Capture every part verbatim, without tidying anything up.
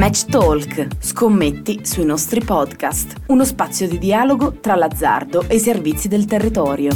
Match Talk, scommetti sui nostri podcast, uno spazio di dialogo tra l'azzardo e i servizi del territorio.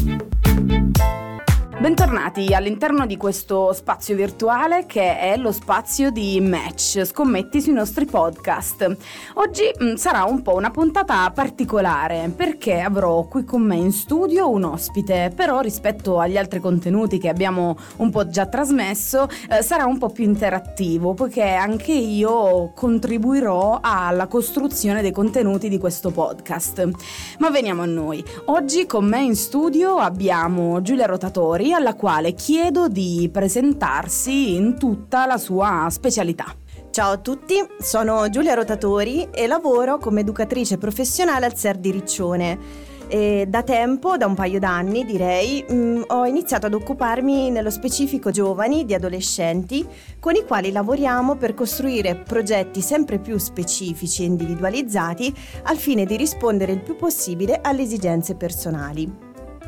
Bentornati all'interno di questo spazio virtuale che è lo spazio di Match, scommetti sui nostri podcast. Oggi mh, sarà un po' una puntata particolare perché avrò qui con me in studio un ospite, però rispetto agli altri contenuti che abbiamo un po' già trasmesso eh, sarà un po' più interattivo, poiché anche io contribuirò alla costruzione dei contenuti di questo podcast. Ma veniamo a noi. Oggi con me in studio abbiamo Giulia Rotatori, alla quale chiedo di presentarsi in tutta la sua specialità. Ciao a tutti, sono Giulia Rotatori e lavoro come educatrice professionale al S E R di Riccione. E da tempo, da un paio d'anni direi, mh, ho iniziato ad occuparmi nello specifico giovani di adolescenti con i quali lavoriamo per costruire progetti sempre più specifici e individualizzati al fine di rispondere il più possibile alle esigenze personali.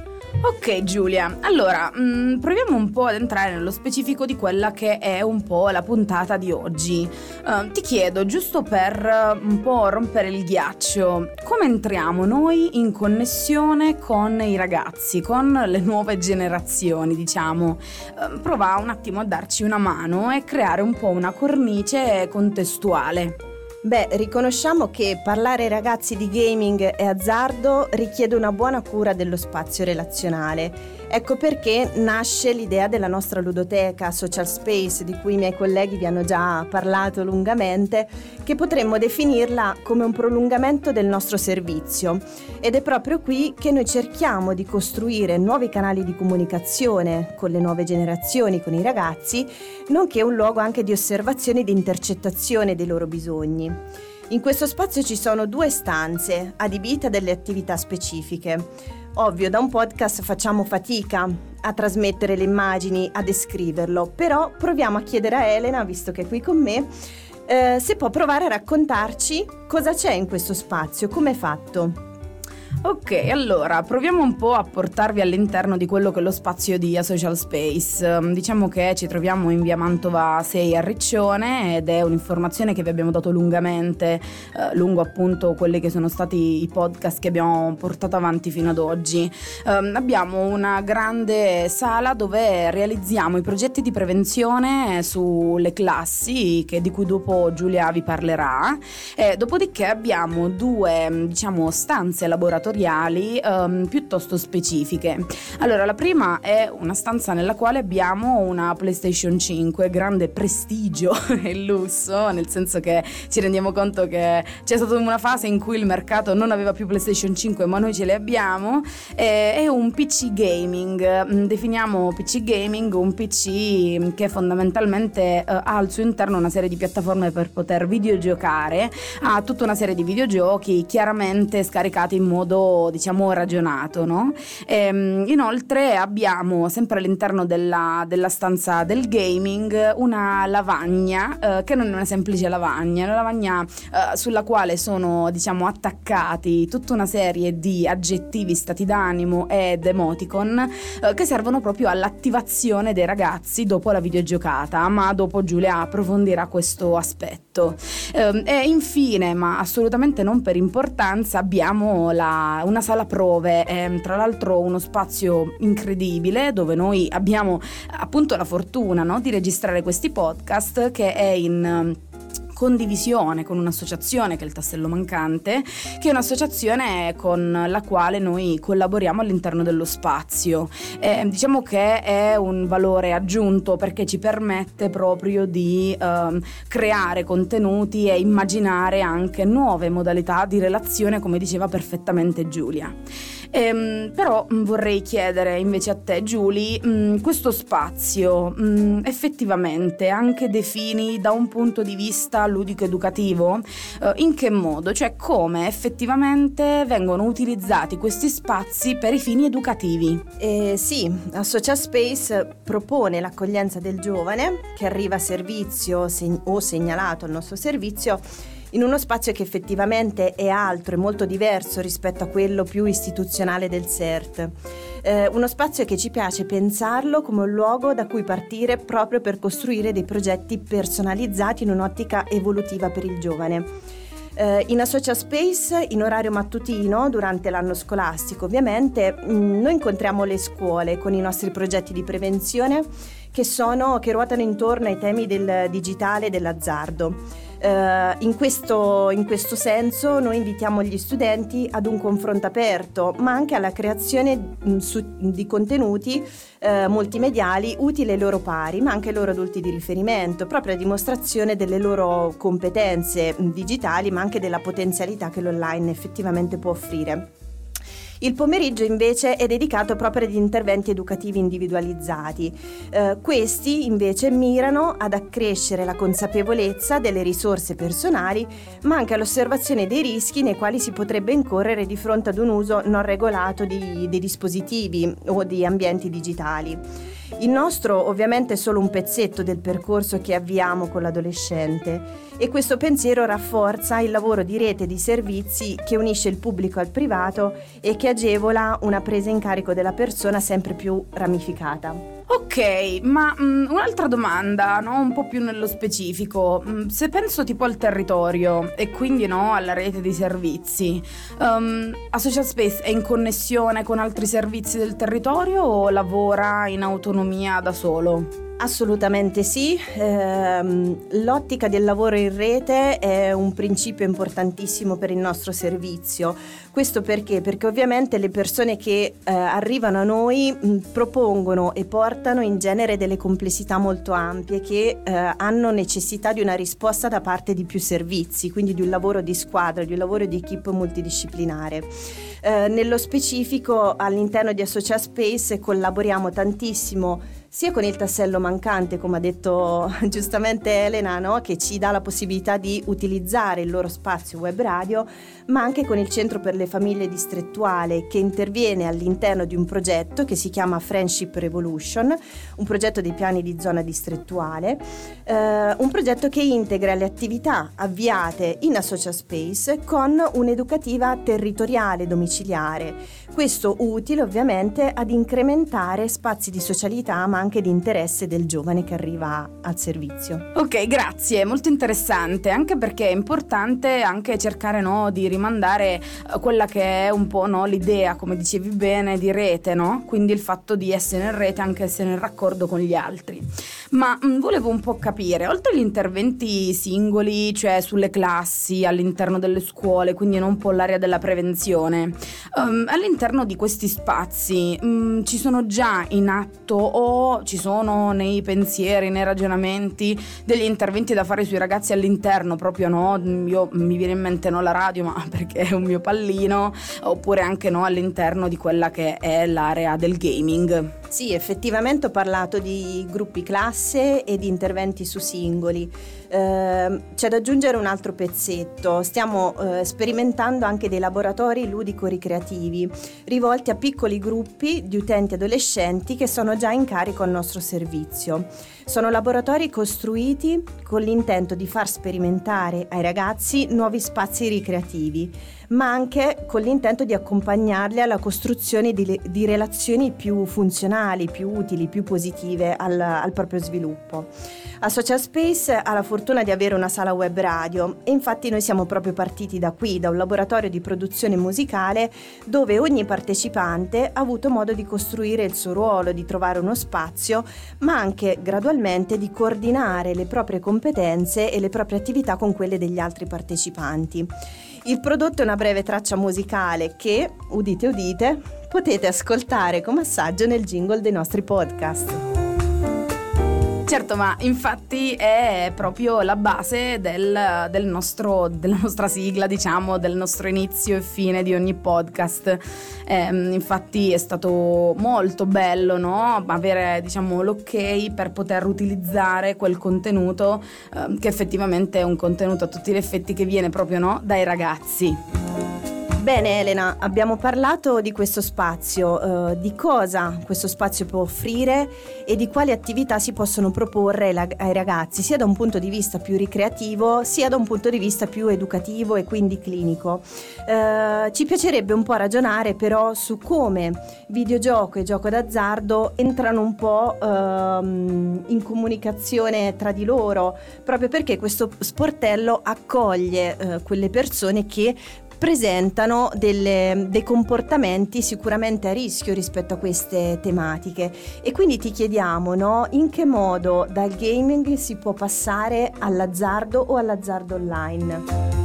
Ok Giulia, allora mh, proviamo un po' ad entrare nello specifico di quella che è un po' la puntata di oggi. Uh, ti chiedo, giusto per uh, un po' rompere il ghiaccio, come entriamo noi in connessione con i ragazzi, con le nuove generazioni, diciamo? Uh, prova un attimo a darci una mano e creare un po' una cornice contestuale. Beh, riconosciamo che parlare ai ragazzi di gaming e azzardo richiede una buona cura dello spazio relazionale. Ecco perché nasce l'idea della nostra ludoteca Social Space, di cui i miei colleghi vi hanno già parlato lungamente, che potremmo definirla come un prolungamento del nostro servizio. Ed è proprio qui che noi cerchiamo di costruire nuovi canali di comunicazione con le nuove generazioni, con i ragazzi, nonché un luogo anche di osservazione e di intercettazione dei loro bisogni. In questo spazio ci sono due stanze adibite a delle attività specifiche. Ovvio, da un podcast facciamo fatica a trasmettere le immagini, a descriverlo, però proviamo a chiedere a Elena, visto che è qui con me, eh, se può provare a raccontarci cosa c'è in questo spazio, come è fatto. Ok, allora proviamo un po' a portarvi all'interno di quello che è lo spazio di A Social Space. Diciamo che ci troviamo in via Mantova sei a Riccione ed è un'informazione che vi abbiamo dato lungamente, eh, lungo appunto quelli che sono stati i podcast che abbiamo portato avanti fino ad oggi. Eh, abbiamo una grande sala dove realizziamo i progetti di prevenzione sulle classi, che di cui dopo Giulia vi parlerà. Eh, dopodiché abbiamo due, diciamo, stanze laboratoriali Um, piuttosto specifiche. Allora, la prima è una stanza nella quale abbiamo una PlayStation cinque, grande prestigio e lusso, nel senso che ci rendiamo conto che c'è stata una fase in cui il mercato non aveva più PlayStation cinque, ma noi ce le abbiamo. E, è un P C gaming, definiamo P C gaming un P C che fondamentalmente uh, ha al suo interno una serie di piattaforme per poter videogiocare, ha tutta una serie di videogiochi chiaramente scaricati in modo, diciamo, ragionato, no? E, inoltre abbiamo sempre all'interno della, della stanza del gaming una lavagna eh, che non è una semplice lavagna, è una lavagna eh, sulla quale sono, diciamo, attaccati tutta una serie di aggettivi, stati d'animo ed emoticon eh, che servono proprio all'attivazione dei ragazzi dopo la videogiocata, ma dopo Giulia approfondirà questo aspetto. Eh, e infine, ma assolutamente non per importanza, abbiamo la una sala prove, eh, tra l'altro uno spazio incredibile dove noi abbiamo appunto la fortuna, no, di registrare questi podcast, che è in condivisione con un'associazione che è il Tassello Mancante, che è un'associazione con la quale noi collaboriamo all'interno dello spazio. Eh, diciamo che è un valore aggiunto perché ci permette proprio di eh, creare contenuti e immaginare anche nuove modalità di relazione, come diceva perfettamente Giulia. Ehm, però mh, vorrei chiedere invece a te, Giulia, mh, questo spazio mh, effettivamente anche defini da un punto di vista ludico-educativo? Eh, in che modo? Cioè, come effettivamente vengono utilizzati questi spazi per i fini educativi? Eh, sì, a Social Space propone l'accoglienza del giovane che arriva a servizio seg- o segnalato al nostro servizio in uno spazio che effettivamente è altro e molto diverso rispetto a quello più istituzionale del C E R T. Eh, uno spazio che ci piace pensarlo come un luogo da cui partire proprio per costruire dei progetti personalizzati in un'ottica evolutiva per il giovane. Eh, in Associa Space, in orario mattutino, durante l'anno scolastico ovviamente, mh, noi incontriamo le scuole con i nostri progetti di prevenzione che, sono, che ruotano intorno ai temi del digitale e dell'azzardo. Uh, in, questo, in questo senso noi invitiamo gli studenti ad un confronto aperto, ma anche alla creazione mh, su, di contenuti uh, multimediali utili ai loro pari, ma anche ai loro adulti di riferimento, proprio a dimostrazione delle loro competenze mh, digitali, ma anche della potenzialità che l'online effettivamente può offrire. Il pomeriggio invece è dedicato proprio agli interventi educativi individualizzati. Eh, questi invece mirano ad accrescere la consapevolezza delle risorse personali, ma anche all'osservazione dei rischi nei quali si potrebbe incorrere di fronte ad un uso non regolato di, dei dispositivi o di ambienti digitali. Il nostro ovviamente è solo un pezzetto del percorso che avviamo con l'adolescente e questo pensiero rafforza il lavoro di rete di servizi che unisce il pubblico al privato e che agevola una presa in carico della persona sempre più ramificata. Ok, ma mh, un'altra domanda, no? Un po' più nello specifico. Mh, se penso tipo al territorio e quindi no, alla rete di servizi, um, Associa Space è in connessione con altri servizi del territorio o lavora in autonomia da solo? Assolutamente sì, ehm, l'ottica del lavoro in rete è un principio importantissimo per il nostro servizio. Questo perché? Perché ovviamente le persone che eh, arrivano a noi mh, propongono e portano in genere delle complessità molto ampie che eh, hanno necessità di una risposta da parte di più servizi, quindi di un lavoro di squadra, di un lavoro di equipe multidisciplinare. Eh, nello specifico all'interno di Associa Space collaboriamo tantissimo sia con il tassello mancante, come ha detto giustamente Elena, no? Che ci dà la possibilità di utilizzare il loro spazio web radio, ma anche con il Centro per le Famiglie Distrettuale, che interviene all'interno di un progetto che si chiama Friendship Revolution, un progetto dei piani di zona distrettuale, eh, un progetto che integra le attività avviate in Associa Space con un'educativa territoriale domiciliare. Questo utile ovviamente ad incrementare spazi di socialità, ma anche di interesse del giovane che arriva al servizio. Ok, grazie, molto interessante, anche perché è importante anche cercare no, di rimandare uh, quella che è un po' no, l'idea, come dicevi bene, di rete, no? Quindi il fatto di essere in rete, anche essere in raccordo con gli altri. Ma mh, volevo un po' capire, oltre agli interventi singoli, cioè sulle classi, all'interno delle scuole, quindi non un po' l'area della prevenzione, um, all'interno di questi spazi mh, ci sono già in atto o ci sono nei pensieri, nei ragionamenti degli interventi da fare sui ragazzi all'interno proprio, no? Io mi viene in mente no la radio, ma perché è un mio pallino, oppure anche no all'interno di quella che è l'area del gaming. Sì, effettivamente ho parlato di gruppi classe e di interventi su singoli. Eh, c'è da aggiungere un altro pezzetto. Stiamo eh, sperimentando anche dei laboratori ludico-ricreativi rivolti a piccoli gruppi di utenti adolescenti che sono già in carico al nostro servizio. Sono laboratori costruiti con l'intento di far sperimentare ai ragazzi nuovi spazi ricreativi, ma anche con l'intento di accompagnarli alla costruzione di, di relazioni più funzionali, più utili, più positive al, al proprio sviluppo. Associa Space ha la fortuna di avere una sala web radio e infatti noi siamo proprio partiti da qui, da un laboratorio di produzione musicale dove ogni partecipante ha avuto modo di costruire il suo ruolo, di trovare uno spazio, ma anche gradualmente di coordinare le proprie competenze e le proprie attività con quelle degli altri partecipanti. Il prodotto è una breve traccia musicale che, udite udite, potete ascoltare come assaggio nel jingle dei nostri podcast. Certo, ma infatti è proprio la base del, del nostro, della nostra sigla, diciamo, del nostro inizio e fine di ogni podcast. Eh, infatti è stato molto bello, no? Avere, diciamo, l'ok per poter utilizzare quel contenuto eh, che effettivamente è un contenuto a tutti gli effetti che viene proprio, no? Dai ragazzi. Bene Elena, abbiamo parlato di questo spazio, eh, di cosa questo spazio può offrire e di quali attività si possono proporre ai, ai ragazzi, sia da un punto di vista più ricreativo, sia da un punto di vista più educativo e quindi clinico. Eh, ci piacerebbe un po' ragionare però su come videogioco e gioco d'azzardo entrano un po' ehm, in comunicazione tra di loro, proprio perché questo sportello accoglie eh, quelle persone che presentano delle, dei comportamenti sicuramente a rischio rispetto a queste tematiche, e quindi ti chiediamo, no, in che modo dal gaming si può passare all'azzardo o all'azzardo online?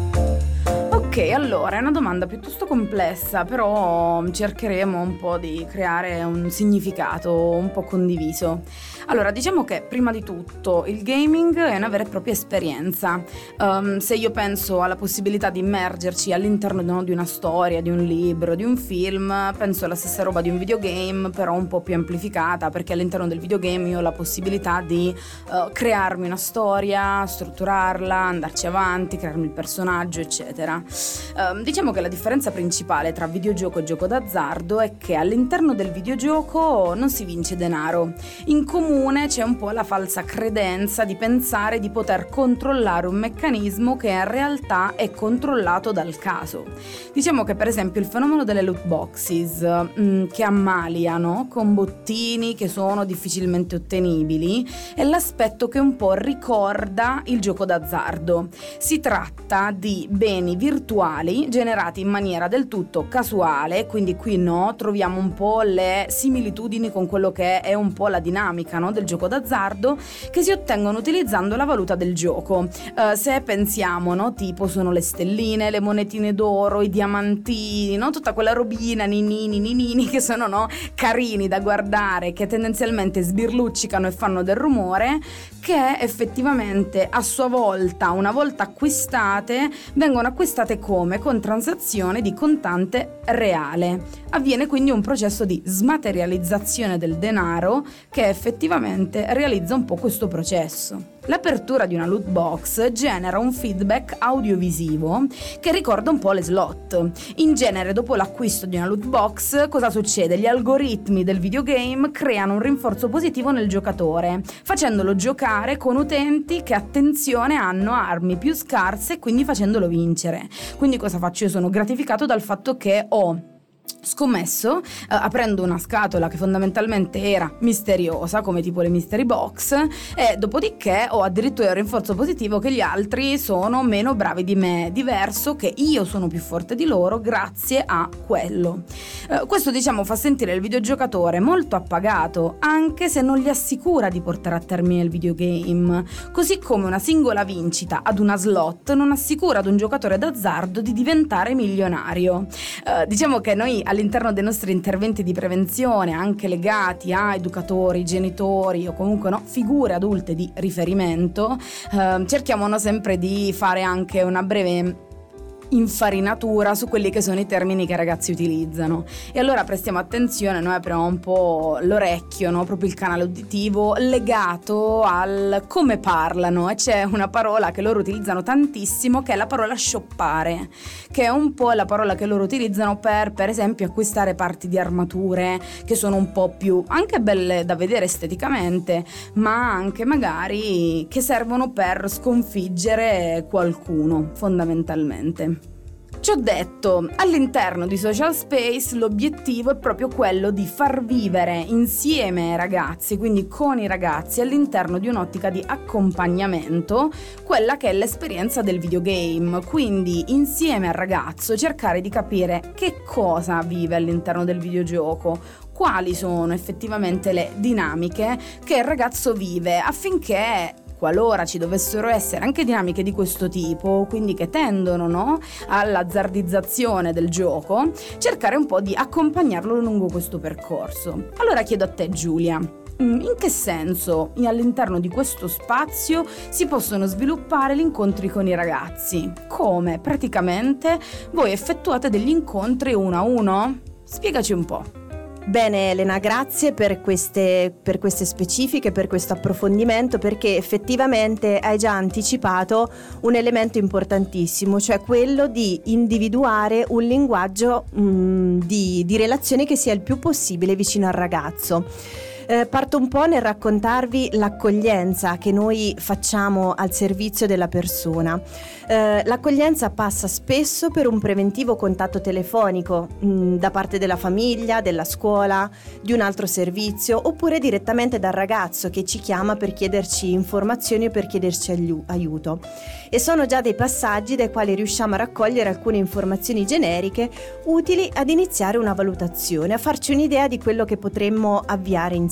Ok, allora è una domanda piuttosto complessa, però cercheremo un po' di creare un significato un po' condiviso. Allora, diciamo che prima di tutto il gaming è una vera e propria esperienza. Um, se io penso alla possibilità di immergerci all'interno, no, di una storia, di un libro, di un film, penso alla stessa roba di un videogame, però un po' più amplificata, perché all'interno del videogame io ho la possibilità di uh, crearmi una storia, strutturarla, andarci avanti, crearmi il personaggio, eccetera. Um, diciamo che la differenza principale tra videogioco e gioco d'azzardo è che all'interno del videogioco non si vince denaro. In comune c'è un po' la falsa credenza di pensare di poter controllare un meccanismo che in realtà è controllato dal caso. Diciamo che per esempio il fenomeno delle loot boxes, mh, che ammaliano con bottini che sono difficilmente ottenibili, è l'aspetto che un po' ricorda il gioco d'azzardo. Si tratta di beni virtuali generati in maniera del tutto casuale, quindi qui no, troviamo un po' le similitudini con quello che è un po' la dinamica, no, del gioco d'azzardo, che si ottengono utilizzando la valuta del gioco. Uh, se pensiamo, no, tipo sono le stelline, le monetine d'oro, i diamantini, no, tutta quella robina, ninini, ninini, che sono, no, carini da guardare, che tendenzialmente sbirluccicano e fanno del rumore, che effettivamente a sua volta, una volta acquistate, vengono acquistate come? Con transazione di contante reale. Avviene quindi un processo di smaterializzazione del denaro che effettivamente realizza un po' questo processo. L'apertura di una loot box genera un feedback audiovisivo che ricorda un po' le slot. In genere, dopo l'acquisto di una loot box, cosa succede? Gli algoritmi del videogame creano un rinforzo positivo nel giocatore, facendolo giocare con utenti che, attenzione, hanno armi più scarse e quindi facendolo vincere. Quindi cosa faccio? Io sono gratificato dal fatto che ho scommesso, eh, aprendo una scatola che fondamentalmente era misteriosa, come tipo le mystery box, e dopodiché ho addirittura il rinforzo positivo che gli altri sono meno bravi di me, diverso che io sono più forte di loro grazie a quello. Eh, questo, diciamo, fa sentire il videogiocatore molto appagato, anche se non gli assicura di portare a termine il videogame, così come una singola vincita ad una slot non assicura ad un giocatore d'azzardo di diventare milionario. Eh, diciamo che noi all'interno dei nostri interventi di prevenzione, anche legati a educatori, genitori o comunque, no, figure adulte di riferimento, eh, cerchiamo, no, sempre di fare anche una breve infarinatura su quelli che sono i termini che i ragazzi utilizzano, e allora prestiamo attenzione, noi apriamo un po' l'orecchio, no? Proprio il canale uditivo legato al come parlano, e c'è una parola che loro utilizzano tantissimo che è la parola shoppare, che è un po' la parola che loro utilizzano per per esempio acquistare parti di armature che sono un po' più anche belle da vedere esteticamente, ma anche magari che servono per sconfiggere qualcuno fondamentalmente. Ci ho detto, all'interno di Social Space l'obiettivo è proprio quello di far vivere insieme ai ragazzi, quindi con i ragazzi all'interno di un'ottica di accompagnamento, quella che è l'esperienza del videogame, quindi insieme al ragazzo cercare di capire che cosa vive all'interno del videogioco, quali sono effettivamente le dinamiche che il ragazzo vive, affinché qualora ci dovessero essere anche dinamiche di questo tipo, quindi che tendono, no, all'azzardizzazione del gioco, cercare un po' di accompagnarlo lungo questo percorso. Allora chiedo a te, Giulia, in che senso all'interno di questo spazio si possono sviluppare gli incontri con i ragazzi? Come praticamente voi effettuate degli incontri uno a uno? Spiegaci un po'. Bene Elena, grazie per queste, per queste specifiche, per questo approfondimento, perché effettivamente hai già anticipato un elemento importantissimo, cioè quello di individuare un linguaggio mh, di, di relazione che sia il più possibile vicino al ragazzo. Eh, parto un po' nel raccontarvi l'accoglienza che noi facciamo al servizio della persona. Eh, l'accoglienza passa spesso per un preventivo contatto telefonico mh, da parte della famiglia, della scuola, di un altro servizio, oppure direttamente dal ragazzo che ci chiama per chiederci informazioni o per chiederci aiu- aiuto. E sono già dei passaggi dai quali riusciamo a raccogliere alcune informazioni generiche utili ad iniziare una valutazione, a farci un'idea di quello che potremmo avviare insieme.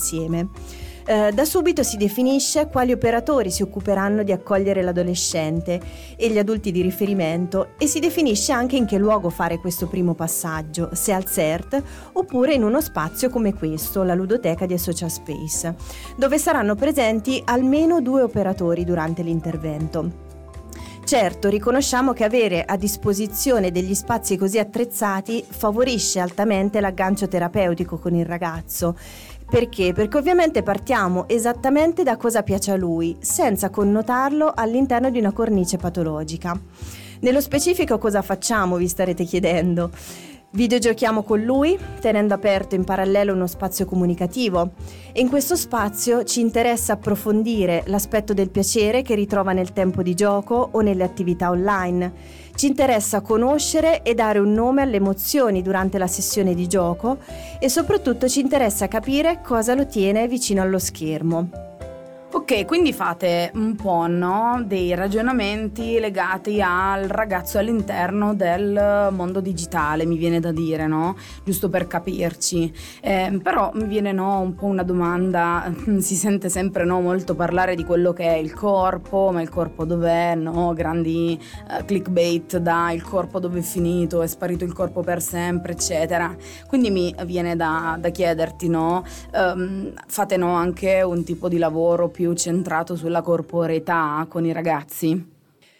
Eh, da subito si definisce quali operatori si occuperanno di accogliere l'adolescente e gli adulti di riferimento, e si definisce anche in che luogo fare questo primo passaggio, se al C E R T oppure in uno spazio come questo, la ludoteca di Social Space, dove saranno presenti almeno due operatori durante l'intervento. Certo, riconosciamo che avere a disposizione degli spazi così attrezzati favorisce altamente l'aggancio terapeutico con il ragazzo. Perché? Perché ovviamente partiamo esattamente da cosa piace a lui, senza connotarlo all'interno di una cornice patologica. Nello specifico cosa facciamo, vi starete chiedendo? Videogiochiamo con lui, tenendo aperto in parallelo uno spazio comunicativo, e in questo spazio ci interessa approfondire l'aspetto del piacere che ritrova nel tempo di gioco o nelle attività online. Ci interessa conoscere e dare un nome alle emozioni durante la sessione di gioco, e soprattutto ci interessa capire cosa lo tiene vicino allo schermo. Ok, quindi fate un po', no, dei ragionamenti legati al ragazzo all'interno del mondo digitale, mi viene da dire, no? Giusto per capirci. Eh, però mi viene, no, un po' una domanda. Si sente sempre, no, molto parlare di quello che è il corpo, ma il corpo dov'è, no? Grandi uh, clickbait da il corpo dove è finito, è sparito il corpo per sempre, eccetera. Quindi mi viene da, da chiederti, no? Um, fate, no, anche un tipo di lavoro più centrato sulla corporeità con i ragazzi?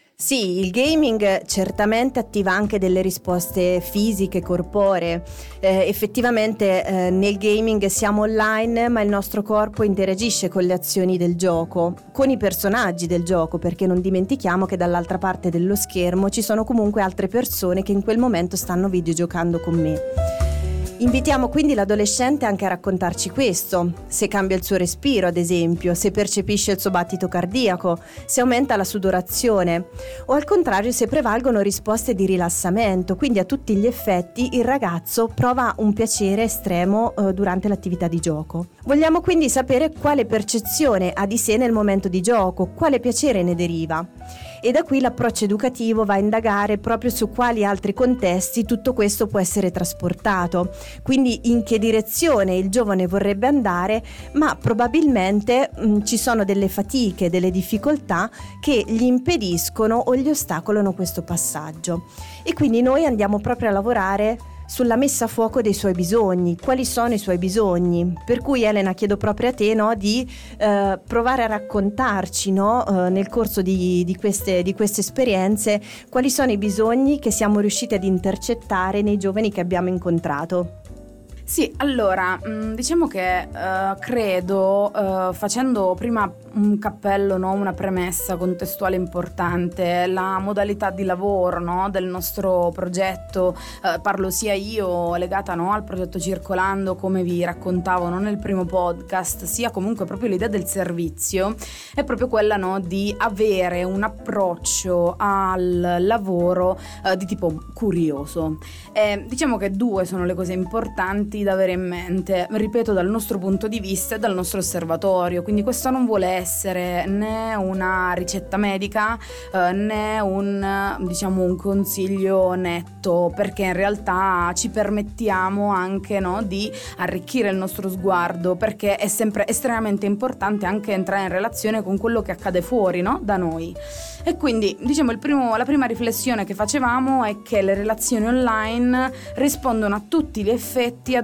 Sì, il gaming certamente attiva anche delle risposte fisiche, corporee. Eh, effettivamente eh, nel gaming siamo online, ma il nostro corpo interagisce con le azioni del gioco, con i personaggi del gioco, perché non dimentichiamo che dall'altra parte dello schermo ci sono comunque altre persone che in quel momento stanno videogiocando con me. Invitiamo quindi l'adolescente anche a raccontarci questo: se cambia il suo respiro, ad esempio, se percepisce il suo battito cardiaco, se aumenta la sudorazione, o al contrario se prevalgono risposte di rilassamento, quindi a tutti gli effetti il ragazzo prova un piacere estremo eh, durante l'attività di gioco. Vogliamo quindi sapere quale percezione ha di sé nel momento di gioco, quale piacere ne deriva. E da qui l'approccio educativo va a indagare proprio su quali altri contesti tutto questo può essere trasportato, quindi in che direzione il giovane vorrebbe andare, ma probabilmente mh, ci sono delle fatiche, delle difficoltà che gli impediscono o gli ostacolano questo passaggio. E quindi noi andiamo proprio a lavorare sulla messa a fuoco dei suoi bisogni. Quali sono i suoi bisogni? Per cui Elena, chiedo proprio a te, no, di eh, provare a raccontarci, no, eh, nel corso di, di, queste, di queste esperienze, quali sono i bisogni che siamo riusciti ad intercettare nei giovani che abbiamo incontrato. Sì, allora, diciamo che uh, credo, uh, facendo prima un cappello, no, una premessa contestuale importante, la modalità di lavoro, no, del nostro progetto, uh, parlo sia io legata, no, al progetto Circolando, come vi raccontavo, no, nel primo podcast, sia comunque proprio l'idea del servizio, è proprio quella, no, di avere un approccio al lavoro uh, di tipo curioso. E diciamo che due sono le cose importanti da avere in mente, ripeto, dal nostro punto di vista e dal nostro osservatorio. Quindi questo non vuole essere né una ricetta medica eh, né un, diciamo, un consiglio netto, perché in realtà ci permettiamo anche, no, di arricchire il nostro sguardo, perché è sempre estremamente importante anche entrare in relazione con quello che accade fuori, no, da noi. E quindi, diciamo, il primo, la prima riflessione che facevamo è che le relazioni online rispondono a tutti gli effetti ad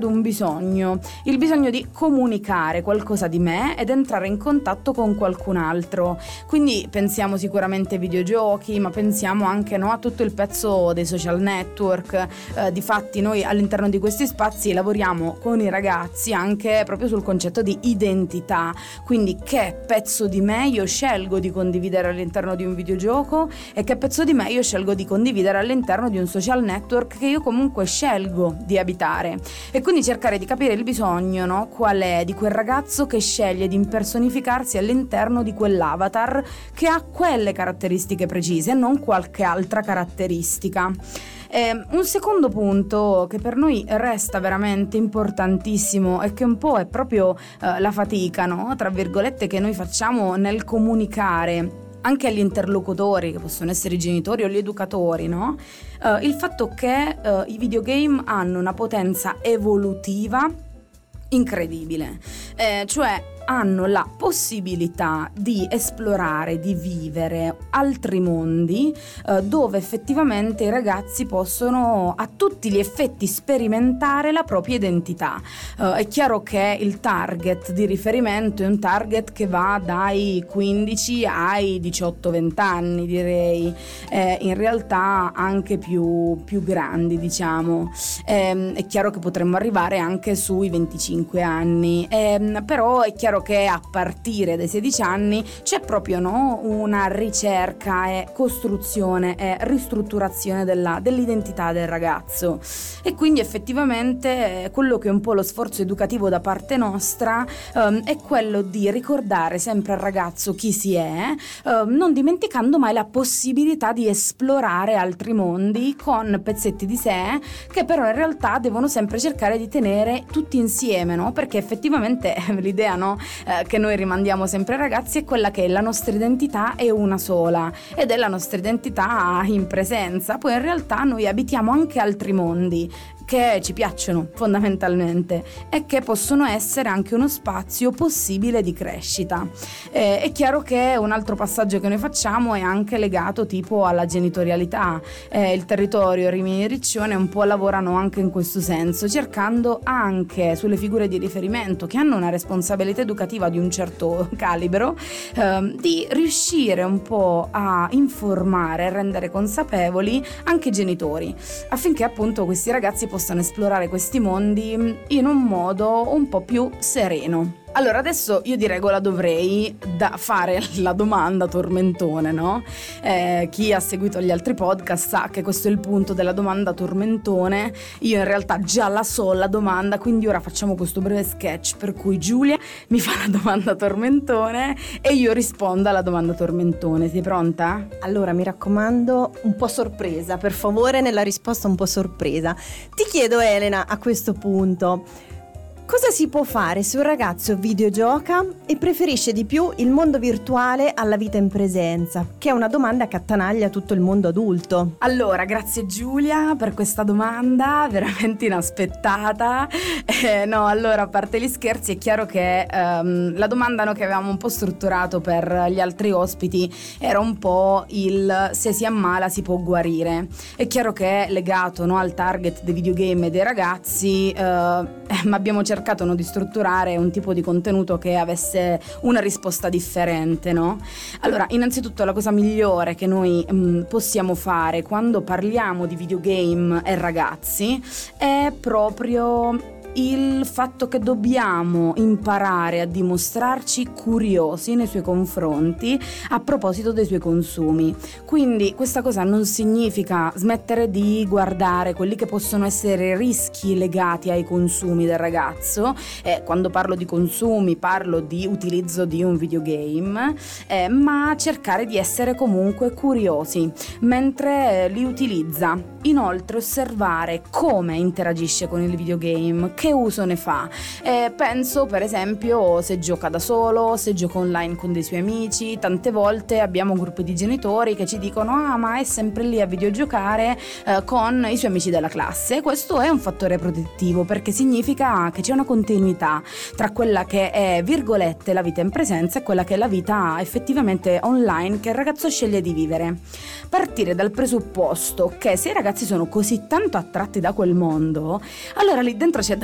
ad un bisogno, il bisogno di comunicare qualcosa di me ed entrare in contatto con qualcun altro. Quindi pensiamo sicuramente ai videogiochi, ma pensiamo anche, no, a tutto il pezzo dei social network. Eh, difatti noi all'interno di questi spazi lavoriamo con i ragazzi anche proprio sul concetto di identità, quindi che pezzo di me io scelgo di condividere all'interno di un videogioco e che pezzo di me io scelgo di condividere all'interno di un social network che io comunque scelgo di abitare, e quindi cercare di capire il bisogno, no, qual è di quel ragazzo che sceglie di impersonificarsi all'interno di quell'avatar che ha quelle caratteristiche precise e non qualche altra caratteristica. Eh, un secondo punto che per noi resta veramente importantissimo e che un po' è proprio eh, la fatica, no? Tra virgolette, che noi facciamo nel comunicare anche agli interlocutori, che possono essere i genitori o gli educatori, no? Uh, il fatto che uh, i videogame hanno una potenza evolutiva incredibile, eh, cioè hanno la possibilità di esplorare, di vivere altri mondi eh, dove effettivamente i ragazzi possono a tutti gli effetti sperimentare la propria identità. Eh, è chiaro che il target di riferimento è un target che va dai quindici ai diciotto venti anni, direi, eh, in realtà anche più, più grandi, diciamo. Eh, è chiaro che potremmo arrivare anche sui venticinque anni, eh, però è chiaro che a partire dai sedici anni c'è proprio, no, una ricerca e costruzione e ristrutturazione della, dell'identità del ragazzo, e quindi effettivamente quello che è un po' lo sforzo educativo da parte nostra um, è quello di ricordare sempre al ragazzo chi si è, um, non dimenticando mai la possibilità di esplorare altri mondi con pezzetti di sé che però in realtà devono sempre cercare di tenere tutti insieme, no? Perché effettivamente l'idea, no, eh, che noi rimandiamo sempre ai ragazzi è quella che la nostra identità è una sola ed è la nostra identità in presenza. Poi in realtà noi abitiamo anche altri mondi che ci piacciono fondamentalmente e che possono essere anche uno spazio possibile di crescita. Eh, è chiaro che un altro passaggio che noi facciamo è anche legato tipo alla genitorialità. Eh, il territorio Rimini Riccione un po' lavorano anche in questo senso, cercando anche sulle figure di riferimento che hanno una responsabilità educativa di un certo calibro, eh, di riuscire un po' a informare e rendere consapevoli anche i genitori, affinché appunto questi ragazzi possano esplorare questi mondi in un modo un po' più sereno. Allora adesso io di regola dovrei da fare la domanda tormentone, no? Eh, chi ha seguito gli altri podcast sa che questo è il punto della domanda tormentone. Io in realtà già la so la domanda, quindi ora facciamo questo breve sketch per cui Giulia mi fa la domanda tormentone e io rispondo alla domanda tormentone. Sei pronta? Allora mi raccomando, un po' sorpresa, per favore, nella risposta un po' sorpresa. Ti chiedo, Elena, a questo punto, cosa si può fare se un ragazzo videogioca e preferisce di più il mondo virtuale alla vita in presenza? Che è una domanda che attanaglia tutto il mondo adulto. Allora, grazie Giulia per questa domanda veramente inaspettata. Eh, no, allora, a parte gli scherzi, è chiaro che um, la domanda, no, che avevamo un po' strutturato per gli altri ospiti era un po' il se si ammala si può guarire. È chiaro che è legato, no, al target dei videogame e dei ragazzi, uh, ma abbiamo cercato cercato no, di strutturare un tipo di contenuto che avesse una risposta differente, no? Allora, innanzitutto la cosa migliore che noi mh, possiamo fare quando parliamo di videogame e ragazzi è proprio il fatto che dobbiamo imparare a dimostrarci curiosi nei suoi confronti a proposito dei suoi consumi. Quindi questa cosa non significa smettere di guardare quelli che possono essere rischi legati ai consumi del ragazzo. Eh, quando parlo di consumi parlo di utilizzo di un videogame, eh, ma cercare di essere comunque curiosi mentre li utilizza. Inoltre osservare come interagisce con il videogame, che uso ne fa. Eh, penso per esempio se gioca da solo, se gioca online con dei suoi amici. Tante volte abbiamo gruppi di genitori che ci dicono ah ma è sempre lì a videogiocare eh, con i suoi amici della classe. Questo è un fattore protettivo perché significa che c'è una continuità tra quella che è virgolette la vita in presenza e quella che è la vita effettivamente online che il ragazzo sceglie di vivere. Partire dal presupposto che se i ragazzi sono così tanto attratti da quel mondo, allora lì dentro c'è davvero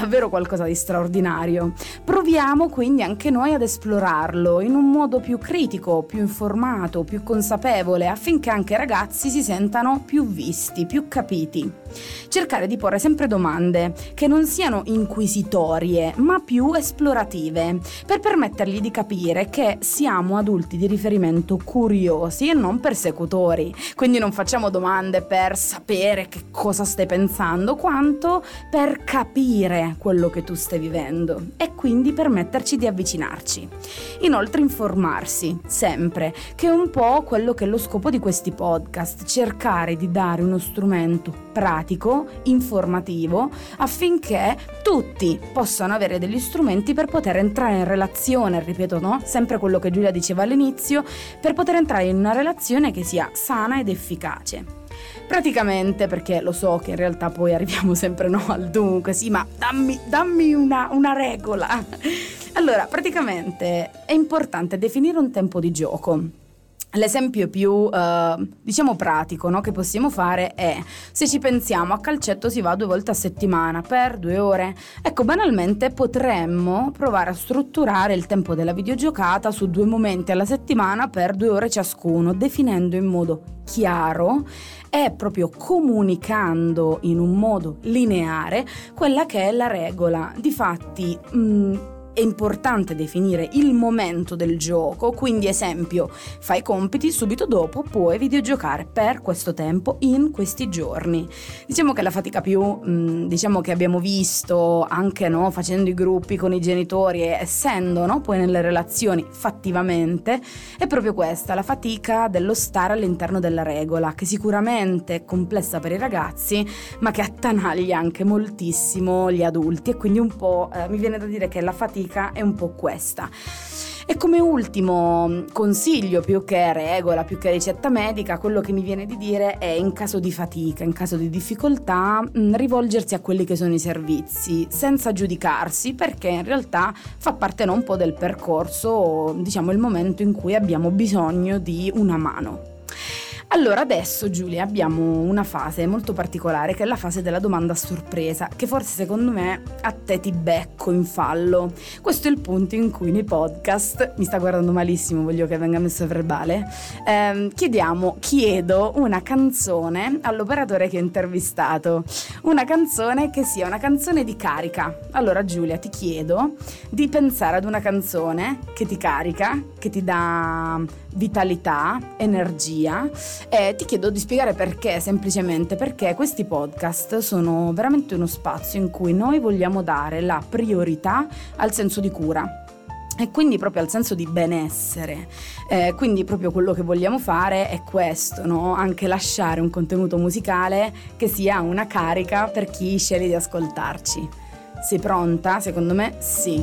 davvero qualcosa di straordinario. Proviamo quindi anche noi ad esplorarlo in un modo più critico, più informato, più consapevole, affinché anche i ragazzi si sentano più visti, più capiti. Cercare di porre sempre domande che non siano inquisitorie, ma più esplorative, per permettergli di capire che siamo adulti di riferimento curiosi e non persecutori. Quindi non facciamo domande per sapere che cosa stai pensando, quanto per capire quello che tu stai vivendo e quindi permetterci di avvicinarci. Inoltre informarsi, sempre, che è un po' quello che è lo scopo di questi podcast, cercare di dare uno strumento pratico, informativo, affinché tutti possano avere degli strumenti per poter entrare in relazione, ripeto, no? Sempre quello che Giulia diceva all'inizio, per poter entrare in una relazione che sia sana ed efficace. Praticamente, perché lo so che in realtà poi arriviamo sempre no al dunque, sì, ma dammi, dammi una, una regola. Allora, praticamente è importante definire un tempo di gioco. L'esempio più, eh, diciamo, pratico, no, che possiamo fare è, se ci pensiamo, a calcetto si va due volte a settimana per due ore. Ecco, banalmente potremmo provare a strutturare il tempo della videogiocata su due momenti alla settimana per due ore ciascuno, definendo in modo chiaro e proprio comunicando in un modo lineare quella che è la regola. Difatti, mh, è importante definire il momento del gioco, quindi esempio, fai i compiti, subito dopo puoi videogiocare per questo tempo in questi giorni. Diciamo che la fatica più, mh, diciamo che abbiamo visto anche no, facendo i gruppi con i genitori e essendo no, poi nelle relazioni fattivamente, è proprio questa, la fatica dello stare all'interno della regola, che sicuramente è complessa per i ragazzi, ma che attanaglia anche moltissimo gli adulti, e quindi un po' eh, mi viene da dire che la fatica è un po' questa. E come ultimo consiglio, più che regola, più che ricetta medica, quello che mi viene di dire è, in caso di fatica, in caso di difficoltà, mh, rivolgersi a quelli che sono i servizi, senza giudicarsi, perché in realtà fa parte no, un po' del percorso, diciamo il momento in cui abbiamo bisogno di una mano. Allora adesso, Giulia, abbiamo una fase molto particolare, che è la fase della domanda a sorpresa, che forse secondo me a te ti becco in fallo. Questo è il punto in cui nei podcast, mi sta guardando malissimo, voglio che venga messo a verbale, ehm, chiediamo, chiedo una canzone all'operatore che ho intervistato, una canzone che sia una canzone di carica. Allora Giulia, ti chiedo di pensare ad una canzone che ti carica, che ti dà vitalità, energia, e ti chiedo di spiegare perché, semplicemente perché questi podcast sono veramente uno spazio in cui noi vogliamo dare la priorità al senso di cura e quindi proprio al senso di benessere. Eh, quindi proprio quello che vogliamo fare è questo, no? Anche lasciare un contenuto musicale che sia una carica per chi sceglie di ascoltarci. Sei pronta? Secondo me sì.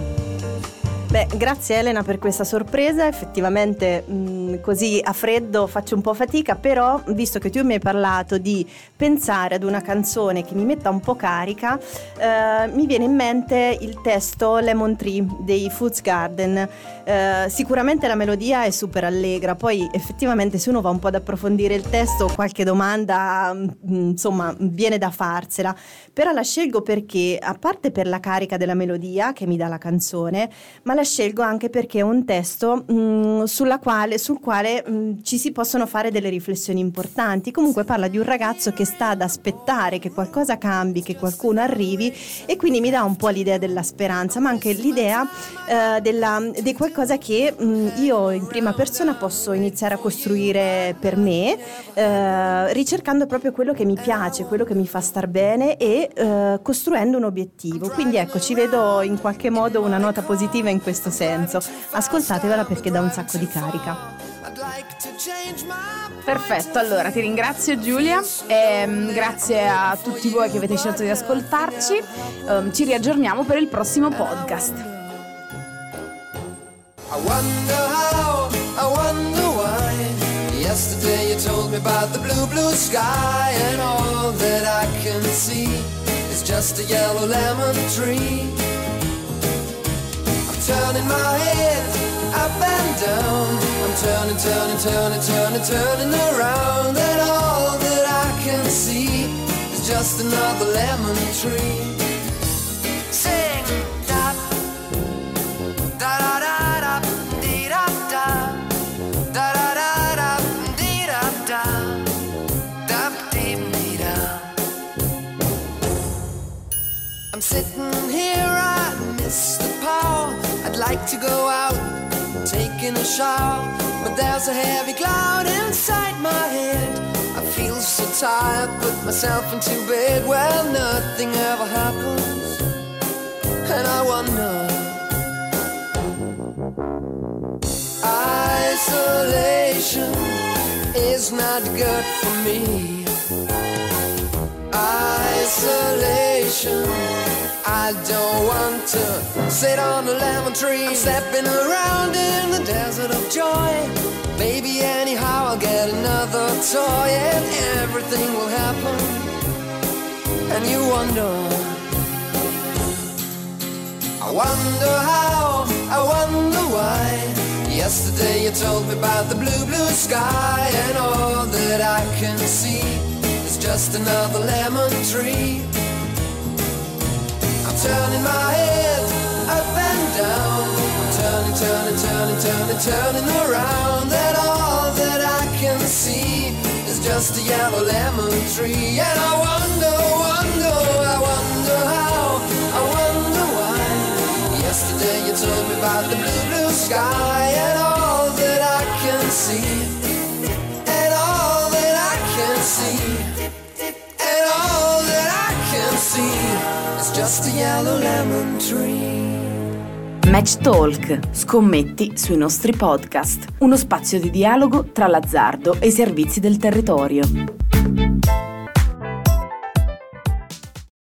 Beh, grazie Elena per questa sorpresa, effettivamente mh, così a freddo faccio un po' fatica, però visto che tu mi hai parlato di pensare ad una canzone che mi metta un po' carica, eh, mi viene in mente il testo Lemon Tree dei Foods Garden. Eh, sicuramente la melodia è super allegra, poi effettivamente se uno va un po' ad approfondire il testo qualche domanda mh, insomma viene da farsela, però la scelgo perché, a parte per la carica della melodia che mi dà la canzone, ma la scelgo anche perché è un testo mh, sulla quale, sul quale mh, ci si possono fare delle riflessioni importanti. Comunque parla di un ragazzo che sta ad aspettare che qualcosa cambi, che qualcuno arrivi, e quindi mi dà un po' l'idea della speranza, ma anche l'idea eh, della, di qualcosa che mh, io in prima persona posso iniziare a costruire per me, eh, ricercando proprio quello che mi piace, quello che mi fa star bene e eh, costruendo un obiettivo. Quindi ecco, ci vedo in qualche modo una nota positiva in questo senso. Ascoltatevela perché dà un sacco di carica. Perfetto, allora ti ringrazio Giulia e um, grazie a tutti voi che avete scelto di ascoltarci. Um, ci riaggiorniamo per il prossimo podcast. I wonder how, I wonder why. Yesterday you told me about the blue, blue sky, and all that I can see is just a yellow lemon tree. Turning my head up and down, I'm turning, turning, turning, turning, turning around, and all that I can see is just another lemon tree. sing da da da da da dee da da da da da da dee da da da dee dee da. I'm sitting here, I miss the power. I'd like to go out, taking a shower, but there's a heavy cloud inside my head. I feel so tired, put myself into bed. Well, nothing ever happens, and I wonder. Isolation is not good for me. Isolation, I don't want to sit on a lemon tree. I'm stepping around in the desert of joy. Maybe anyhow I'll get another toy and everything will happen. And you wonder, I wonder how, I wonder why. Yesterday you told me about the blue, blue sky, and all that I can see is just another lemon tree. I'm turning my head up and down, I'm turning, turning, turning, turning, turning around, and all that I can see is just a yellow lemon tree. And I wonder, wonder, I wonder how, I wonder why. Yesterday you told me about the blue, blue sky, and all that I can see, and all that I can see, and all that I can see is just a yellow lemon tree. Match Talk, scommetti sui nostri podcast, uno spazio di dialogo tra l'azzardo e i servizi del territorio.